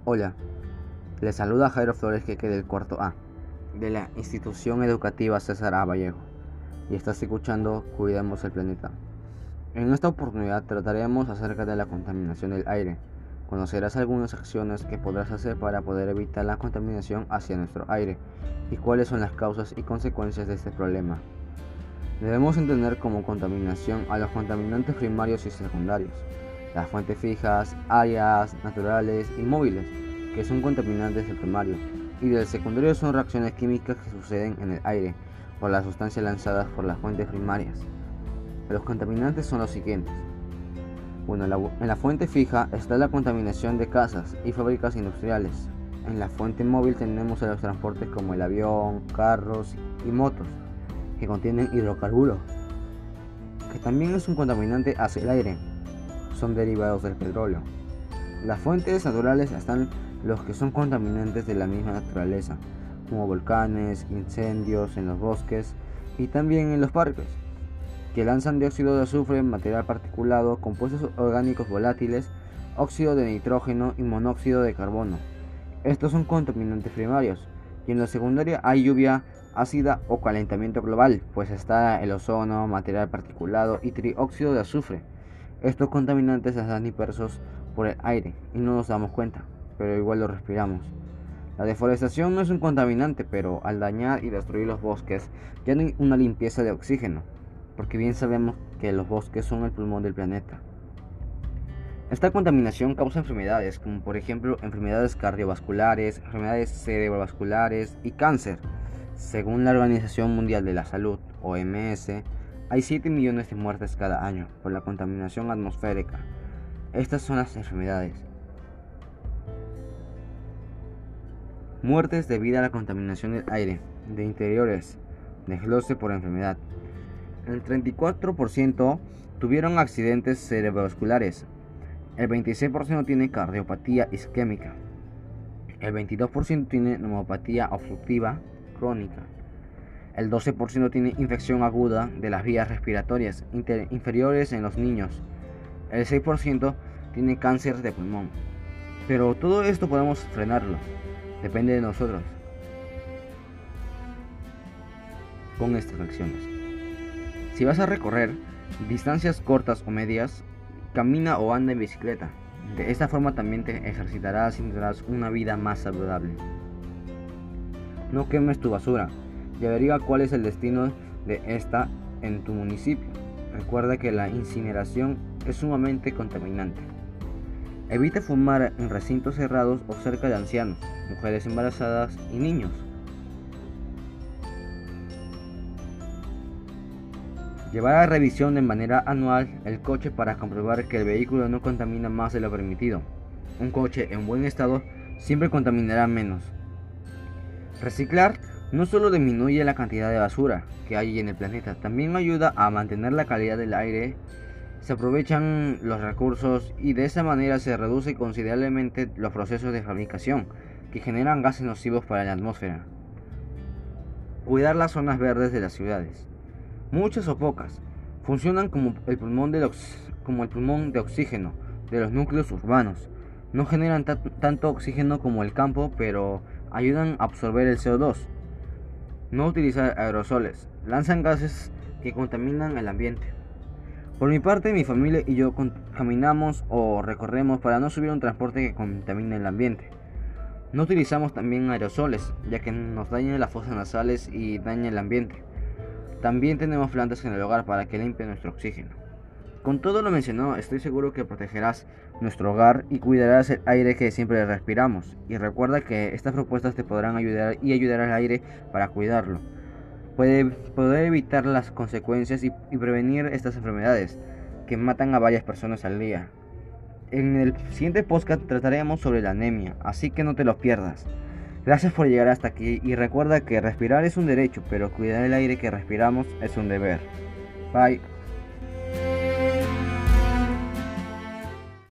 Hola, les saluda Jairo Flores Queque del cuarto A, de la Institución Educativa César A. Vallejo, y estás escuchando Cuidemos el Planeta. En esta oportunidad trataremos acerca de la contaminación del aire. Conocerás algunas acciones que podrás hacer para poder evitar la contaminación hacia nuestro aire y cuáles son las causas y consecuencias de este problema. Debemos entender como contaminación a los contaminantes primarios y secundarios, las fuentes fijas, áreas, naturales y móviles, que son contaminantes del primario, y del secundario son reacciones químicas que suceden en el aire por las sustancias lanzadas por las fuentes primarias. Los contaminantes son los siguientes. Bueno, en la fuente fija está la contaminación de casas y fábricas industriales. En la fuente móvil tenemos a los transportes como el avión, carros y motos, que contienen hidrocarburos, que también es un contaminante hacia el aire. Son derivados del petróleo. Las fuentes naturales están los que son contaminantes de la misma naturaleza, como volcanes, incendios en los bosques y también en los parques, que lanzan dióxido de azufre, material particulado, compuestos orgánicos volátiles, óxido de nitrógeno y monóxido de carbono. Estos son contaminantes primarios, y en la secundaria hay lluvia ácida o calentamiento global, pues está el ozono, material particulado y trióxido de azufre. Estos contaminantes están dispersos por el aire y no nos damos cuenta, pero igual lo respiramos. La deforestación no es un contaminante, pero al dañar y destruir los bosques ya no hay una limpieza de oxígeno, porque bien sabemos que los bosques son el pulmón del planeta. Esta contaminación causa enfermedades, como por ejemplo enfermedades cardiovasculares, enfermedades cerebrovasculares y cáncer. Según la Organización Mundial de la Salud, OMS, hay 7 millones de muertes cada año por la contaminación atmosférica. Estas son las enfermedades. Muertes debido a la contaminación del aire, de interiores, desglose por enfermedad. El 34% tuvieron accidentes cerebrovasculares. El 26% tiene cardiopatía isquémica. El 22% tiene neumopatía obstructiva crónica. El 12% tiene infección aguda de las vías respiratorias inferiores en los niños. El 6% tiene cáncer de pulmón. Pero todo esto podemos frenarlo. Depende de nosotros. Con estas acciones. Si vas a recorrer distancias cortas o medias, camina o anda en bicicleta. De esta forma también te ejercitarás y tendrás una vida más saludable. No quemes tu basura y averigua cuál es el destino de esta en tu municipio. Recuerda que la incineración es sumamente contaminante. Evita fumar en recintos cerrados o cerca de ancianos, mujeres embarazadas y niños. Llevar a revisión de manera anual el coche para comprobar que el vehículo no contamina más de lo permitido. Un coche en buen estado siempre contaminará menos. Reciclar no solo disminuye la cantidad de basura que hay en el planeta, también ayuda a mantener la calidad del aire, se aprovechan los recursos y de esa manera se reduce considerablemente los procesos de fabricación que generan gases nocivos para la atmósfera. Cuidar las zonas verdes de las ciudades. Muchas o pocas, funcionan como el pulmón de oxígeno de los núcleos urbanos. No generan tanto oxígeno como el campo, pero ayudan a absorber el CO2. No utilizar aerosoles, lanzan gases que contaminan el ambiente. Por mi parte, mi familia y yo caminamos o recorremos para no subir un transporte que contamine el ambiente. No utilizamos también aerosoles, ya que nos dañan las fosas nasales y daña el ambiente. También tenemos plantas en el hogar para que limpien nuestro oxígeno. Con todo lo mencionado, estoy seguro que protegerás nuestro hogar y cuidarás el aire que siempre respiramos. Y recuerda que estas propuestas te podrán ayudar y ayudar al aire para cuidarlo. Poder evitar las consecuencias y prevenir estas enfermedades que matan a varias personas al día. En el siguiente podcast trataremos sobre la anemia, así que no te lo pierdas. Gracias por llegar hasta aquí y recuerda que respirar es un derecho, pero cuidar el aire que respiramos es un deber. Bye.